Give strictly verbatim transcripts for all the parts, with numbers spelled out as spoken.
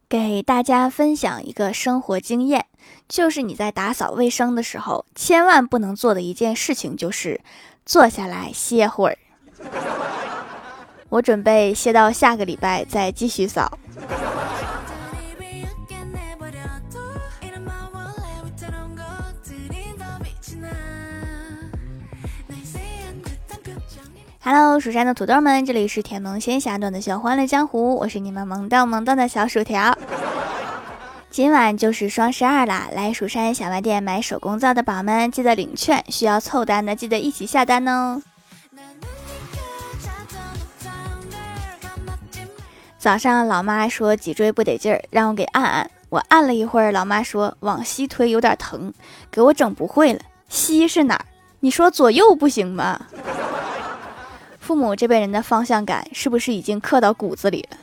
给大家分享一个生活经验，就是你在打扫卫生的时候，千万不能做的一件事情就是坐下来歇会儿。我准备歇到下个礼拜再继续扫。Hello， 蜀山的土豆们，这里是甜萌仙侠段的小欢乐江湖，我是你们萌到萌到的小薯条。今晚就是双十二啦，来蜀山小卖店买手工皂的宝们记得领券，需要凑单的记得一起下单哦。早上老妈说脊椎不得劲儿，让我给按按，我按了一会儿，老妈说往西推有点疼，给我整不会了，西是哪儿？你说左右不行吗？父母这辈人的方向感是不是已经刻到骨子里了？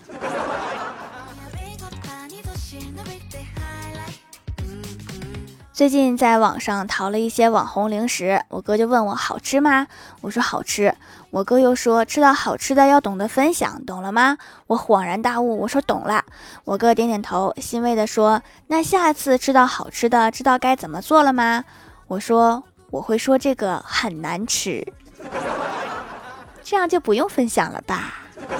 最近在网上淘了一些网红零食，我哥就问我好吃吗？我说好吃。我哥又说吃到好吃的要懂得分享，懂了吗？我恍然大悟，我说懂了。我哥点点头，欣慰地说，那下次吃到好吃的知道该怎么做了吗？我说我会说这个很难吃，这样就不用分享了吧。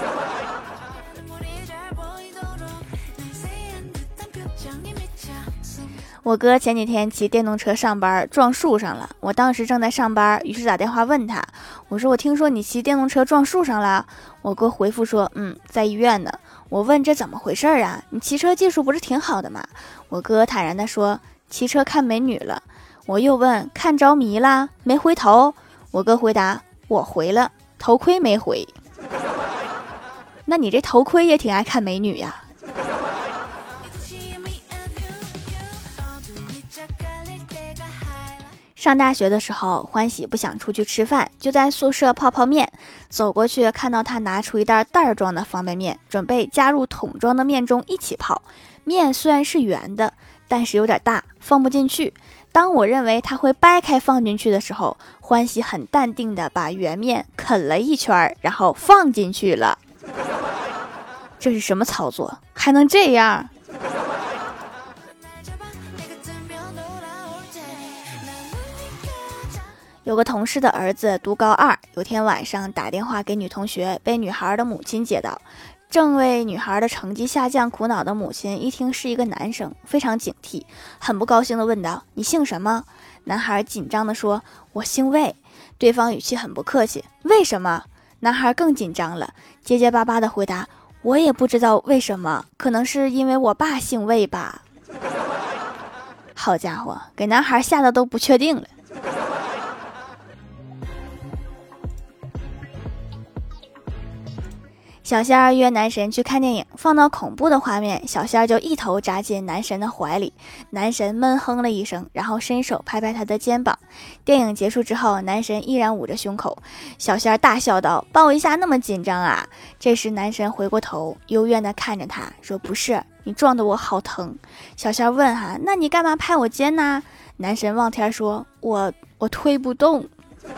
我哥前几天骑电动车上班撞树上了，我当时正在上班，于是打电话问他，我说我听说你骑电动车撞树上了。我哥回复说嗯，在医院呢。我问这怎么回事啊？你骑车技术不是挺好的吗？我哥坦然地说骑车看美女了。我又问看着迷了没回头？我哥回答我回了，头盔没回。那你这头盔也挺爱看美女呀。上大学的时候，欢喜不想出去吃饭，就在宿舍泡泡面。走过去看到他拿出一袋袋装的方便面，准备加入桶装的面中一起泡。面虽然是圆的，但是有点大，放不进去。当我认为他会掰开放进去的时候，欢喜很淡定地把圆面啃了一圈，然后放进去了。这是什么操作？还能这样？有个同事的儿子读高二，有天晚上打电话给女同学，被女孩的母亲接到。正为女孩的成绩下降苦恼的母亲一听是一个男生，非常警惕，很不高兴地问道，你姓什么？男孩紧张地说，我姓魏。对方语气很不客气，为什么？男孩更紧张了，结结巴巴地回答，我也不知道为什么，可能是因为我爸姓魏吧。好家伙，给男孩吓得都不确定了。小仙儿约男神去看电影，放到恐怖的画面，小仙儿就一头扎进男神的怀里。男神闷哼了一声，然后伸手拍拍他的肩膀。电影结束之后，男神依然捂着胸口。小仙儿大笑道，抱我一下那么紧张啊？这时男神回过头，幽怨地看着他说，不是，你撞得我好疼。小仙儿问哈，那你干嘛拍我肩呢？男神望天说，我我推不动。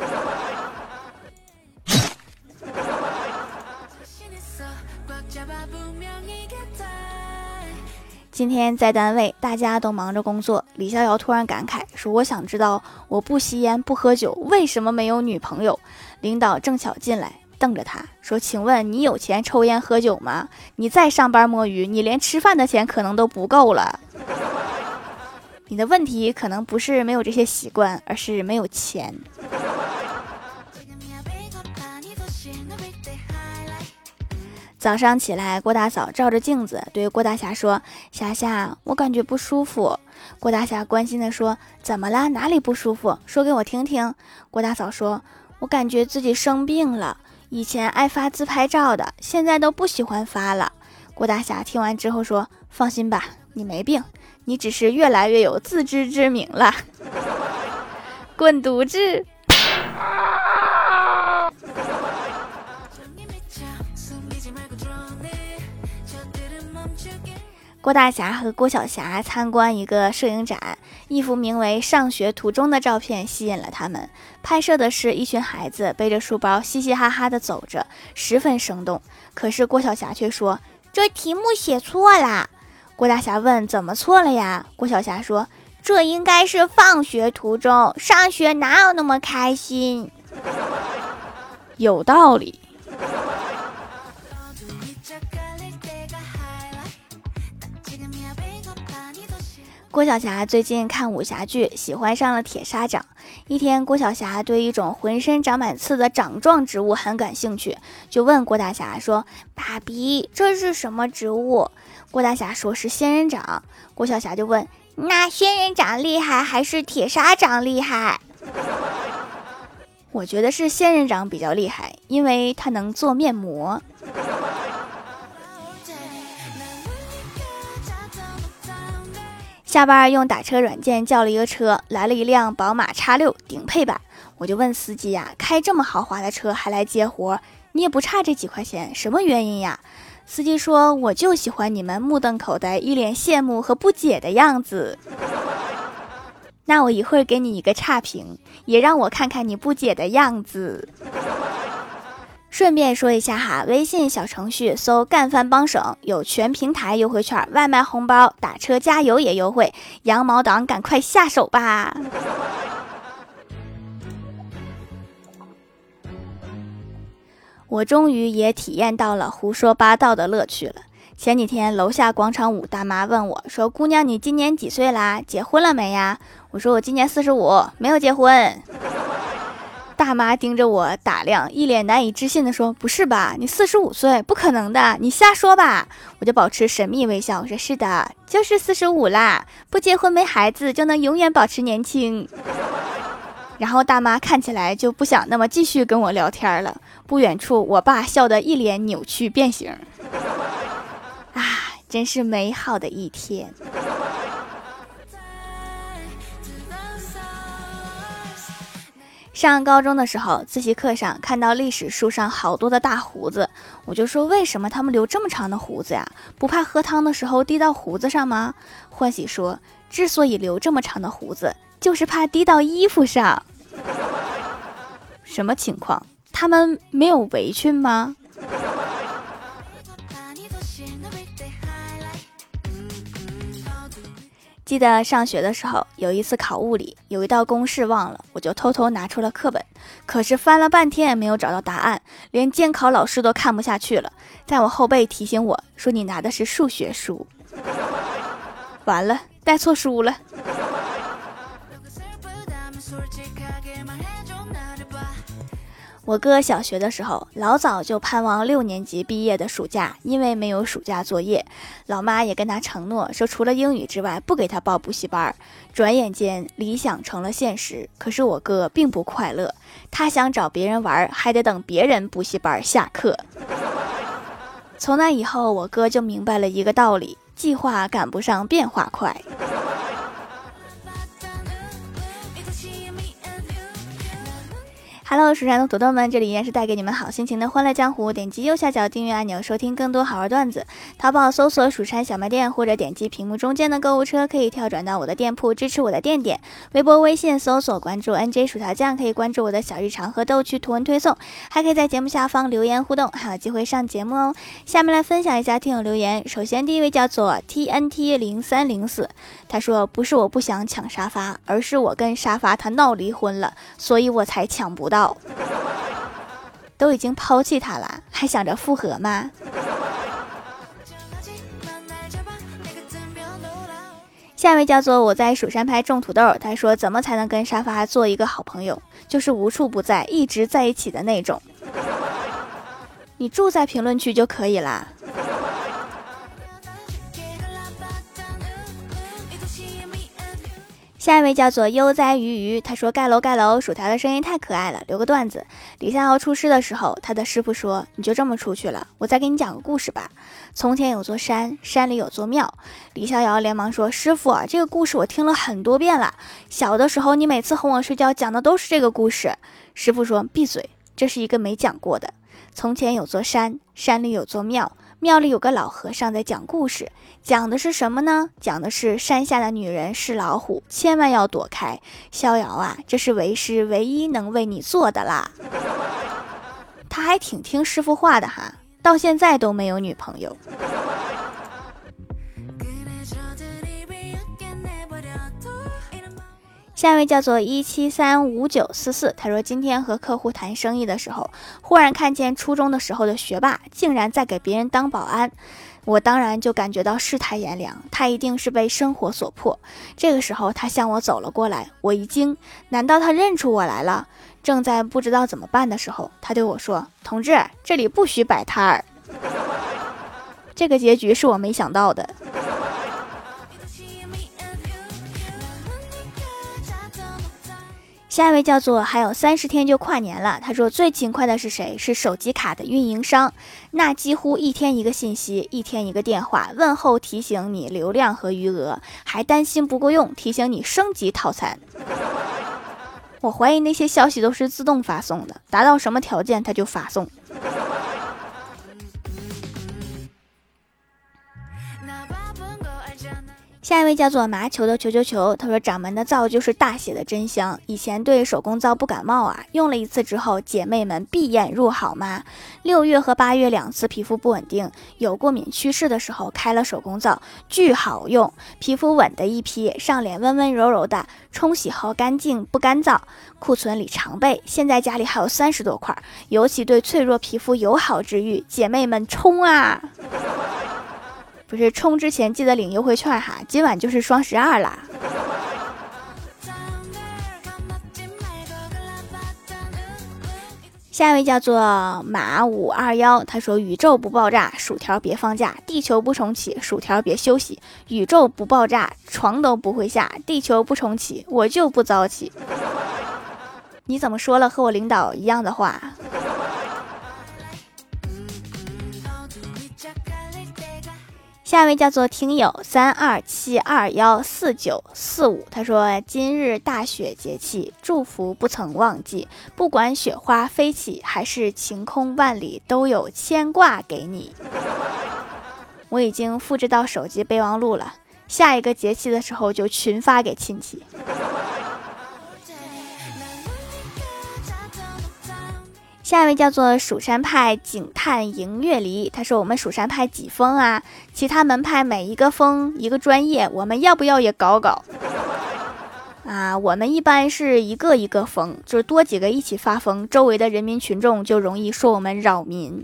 今天在单位，大家都忙着工作，李逍遥突然感慨说，我想知道我不吸烟不喝酒为什么没有女朋友。领导正巧进来，瞪着他说，请问你有钱抽烟喝酒吗？你再上班摸鱼，你连吃饭的钱可能都不够了。你的问题可能不是没有这些习惯，而是没有钱。早上起来，郭大嫂照着镜子对郭大侠说，霞霞，我感觉不舒服。郭大侠关心地说，怎么了？哪里不舒服？说给我听听。郭大嫂说，我感觉自己生病了，以前爱发自拍照的，现在都不喜欢发了。郭大侠听完之后说，放心吧，你没病，你只是越来越有自知之明了。滚犊子！郭大侠和郭晓霞参观一个摄影展，一幅名为《上学途中》的照片吸引了他们。拍摄的是一群孩子背着书包嘻嘻哈哈地走着，十分生动。可是郭晓霞却说，这题目写错啦。 郭大侠问怎么错了呀？郭晓霞说这应该是放学途中，上学哪有那么开心？有道理。郭晓霞最近看武侠剧，喜欢上了铁砂掌。一天，郭晓霞对一种浑身长满刺的掌状植物很感兴趣，就问郭大侠说：“爸比，这是什么植物？”郭大侠说是仙人掌。郭晓霞就问：“那仙人掌厉害还是铁砂掌厉害？”我觉得是仙人掌比较厉害，因为它能做面膜。下班用打车软件叫了一个车，来了一辆宝马 X 六 顶配版。我就问司机呀，开这么豪华的车还来接活，你也不差这几块钱，什么原因呀？司机说，我就喜欢你们目瞪口呆一脸羡慕和不解的样子。那我一会儿给你一个差评，也让我看看你不解的样子。顺便说一下哈，微信小程序搜干饭帮省有全平台优惠券，外卖红包，打车加油也优惠，羊毛党赶快下手吧。我终于也体验到了胡说八道的乐趣了。前几天楼下广场舞大妈问我说，姑娘你今年几岁啦？结婚了没呀？我说我今年四十五，没有结婚。大妈盯着我打量，一脸难以置信地说，不是吧，你四十五岁，不可能的，你瞎说吧。我就保持神秘微笑，我说是的，就是四十五啦，不结婚没孩子就能永远保持年轻。然后大妈看起来就不想那么继续跟我聊天了。不远处我爸笑得一脸扭曲变形。啊，真是美好的一天。上高中的时候，自习课上看到历史书上好多的大胡子，我就说为什么他们留这么长的胡子呀？不怕喝汤的时候滴到胡子上吗？欢喜说，之所以留这么长的胡子，就是怕滴到衣服上。什么情况？他们没有围裙吗？记得上学的时候，有一次考物理，有一道公式忘了，我就偷偷拿出了课本，可是翻了半天也没有找到答案，连监考老师都看不下去了，在我后背提醒我说，你拿的是数学书。完了，带错书了。我哥小学的时候老早就盼望六年级毕业的暑假，因为没有暑假作业，老妈也跟他承诺说除了英语之外不给他报补习班。转眼间理想成了现实，可是我哥并不快乐，他想找别人玩还得等别人补习班下课。从那以后我哥就明白了一个道理，计划赶不上变化快。Hello， 蜀山的土豆们，这里依然是带给你们好心情的欢乐江湖。点击右下角订阅按钮，收听更多好玩段子。淘宝搜索蜀山小卖店，或者点击屏幕中间的购物车，可以跳转到我的店铺，支持我的店点。微博、微信搜索关注 N J 薯条酱，可以关注我的小日常和逗趣图文推送，还可以在节目下方留言互动，还有机会上节目哦。下面来分享一下听友留言。首先第一位叫做 T N T 零三零四，他说不是我不想抢沙发，而是我跟沙发他闹离婚了，所以我才抢不到。都已经抛弃他了，还想着复合吗？下一位叫做我在蜀山派种土豆，他说怎么才能跟沙发做一个好朋友？就是无处不在，一直在一起的那种。你住在评论区就可以啦。下一位叫做悠哉鱼鱼，他说盖楼盖楼，薯条的声音太可爱了，留个段子。李逍遥出师的时候，他的师傅说，你就这么出去了，我再给你讲个故事吧。从前有座山，山里有座庙。李逍遥连忙说，师傅，这个故事我听了很多遍了，小的时候你每次哄我睡觉讲的都是这个故事。师傅说，闭嘴，这是一个没讲过的。从前有座山，山里有座庙，庙里有个老和尚在讲故事，讲的是什么呢？讲的是山下的女人是老虎，千万要躲开。逍遥啊，这是为师唯一能为你做的啦。他还挺听师傅话的哈，到现在都没有女朋友。 下一位叫做一七三五九四四，他说今天和客户谈生意的时候，忽然看见初中的时候的学霸竟然在给别人当保安，我当然就感觉到世态炎凉，他一定是被生活所迫。这个时候他向我走了过来，我一惊，难道他认出我来了？正在不知道怎么办的时候，他对我说，同志，这里不许摆摊儿。这个结局是我没想到的。下一位叫做还有三十天就跨年了，他说最勤快的是谁？是手机卡的运营商，那几乎一天一个信息，一天一个电话，问候提醒你流量和余额，还担心不够用，提醒你升级套餐。我怀疑那些消息都是自动发送的，达到什么条件他就发送。下一位叫做麻球的球球球，他说掌门的皂就是大写的真香，以前对手工皂不感冒啊，用了一次之后姐妹们闭眼入好吗？六月和八月两次皮肤不稳定，有过敏趋势的时候开了手工皂，巨好用，皮肤稳的一批，上脸温温柔柔的，冲洗后干净不干燥，库存里常备，现在家里还有三十多块，尤其对脆弱皮肤友好治愈，姐妹们冲啊！不是冲之前记得领优惠券哈，今晚就是双十二啦。下一位叫做马五二幺，他说宇宙不爆炸，薯条别放假；地球不重启，薯条别休息；宇宙不爆炸，床都不会下；地球不重启，我就不早起。你怎么说了和我领导一样的话？下一位叫做听友三二七二幺四九四五，他说今日大雪节气，祝福不曾忘记，不管雪花飞起还是晴空万里，都有牵挂给你。我已经复制到手机备忘录了，下一个节气的时候就群发给亲戚。下一位叫做蜀山派警探迎月离，他说我们蜀山派几封啊？其他门派每一个封一个专业，我们要不要也搞搞？啊，我们一般是一个一个封，就是多几个一起发疯，周围的人民群众就容易说我们扰民。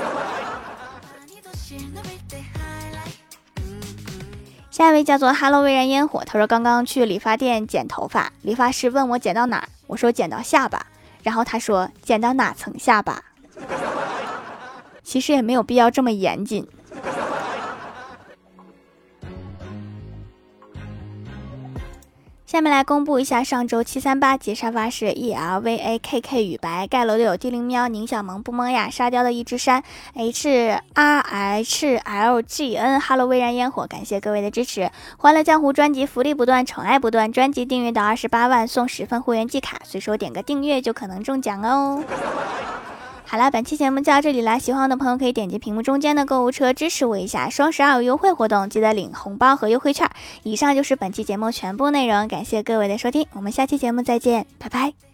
下一位叫做哈喽微燃烟火，他说刚刚去理发店剪头发，理发师问我剪到哪儿，我说剪到下巴。然后他说剪到哪层下巴？其实也没有必要这么严谨。下面来公布一下上周七三八节沙发是 E L V A K K 雨白盖楼的有地灵喵宁小萌不萌呀沙雕的一只山 H R H L G N 哈喽微燃烟火，感谢各位的支持。欢乐江湖专辑福利不断，宠爱不断，专辑订阅到二十八万送十份会员季卡，随手点个订阅就可能中奖哦。好啦，本期节目就到这里啦，喜欢我的朋友可以点击屏幕中间的购物车支持我一下，双十二有优惠活动，记得领红包和优惠券。以上就是本期节目全部内容，感谢各位的收听，我们下期节目再见，拜拜。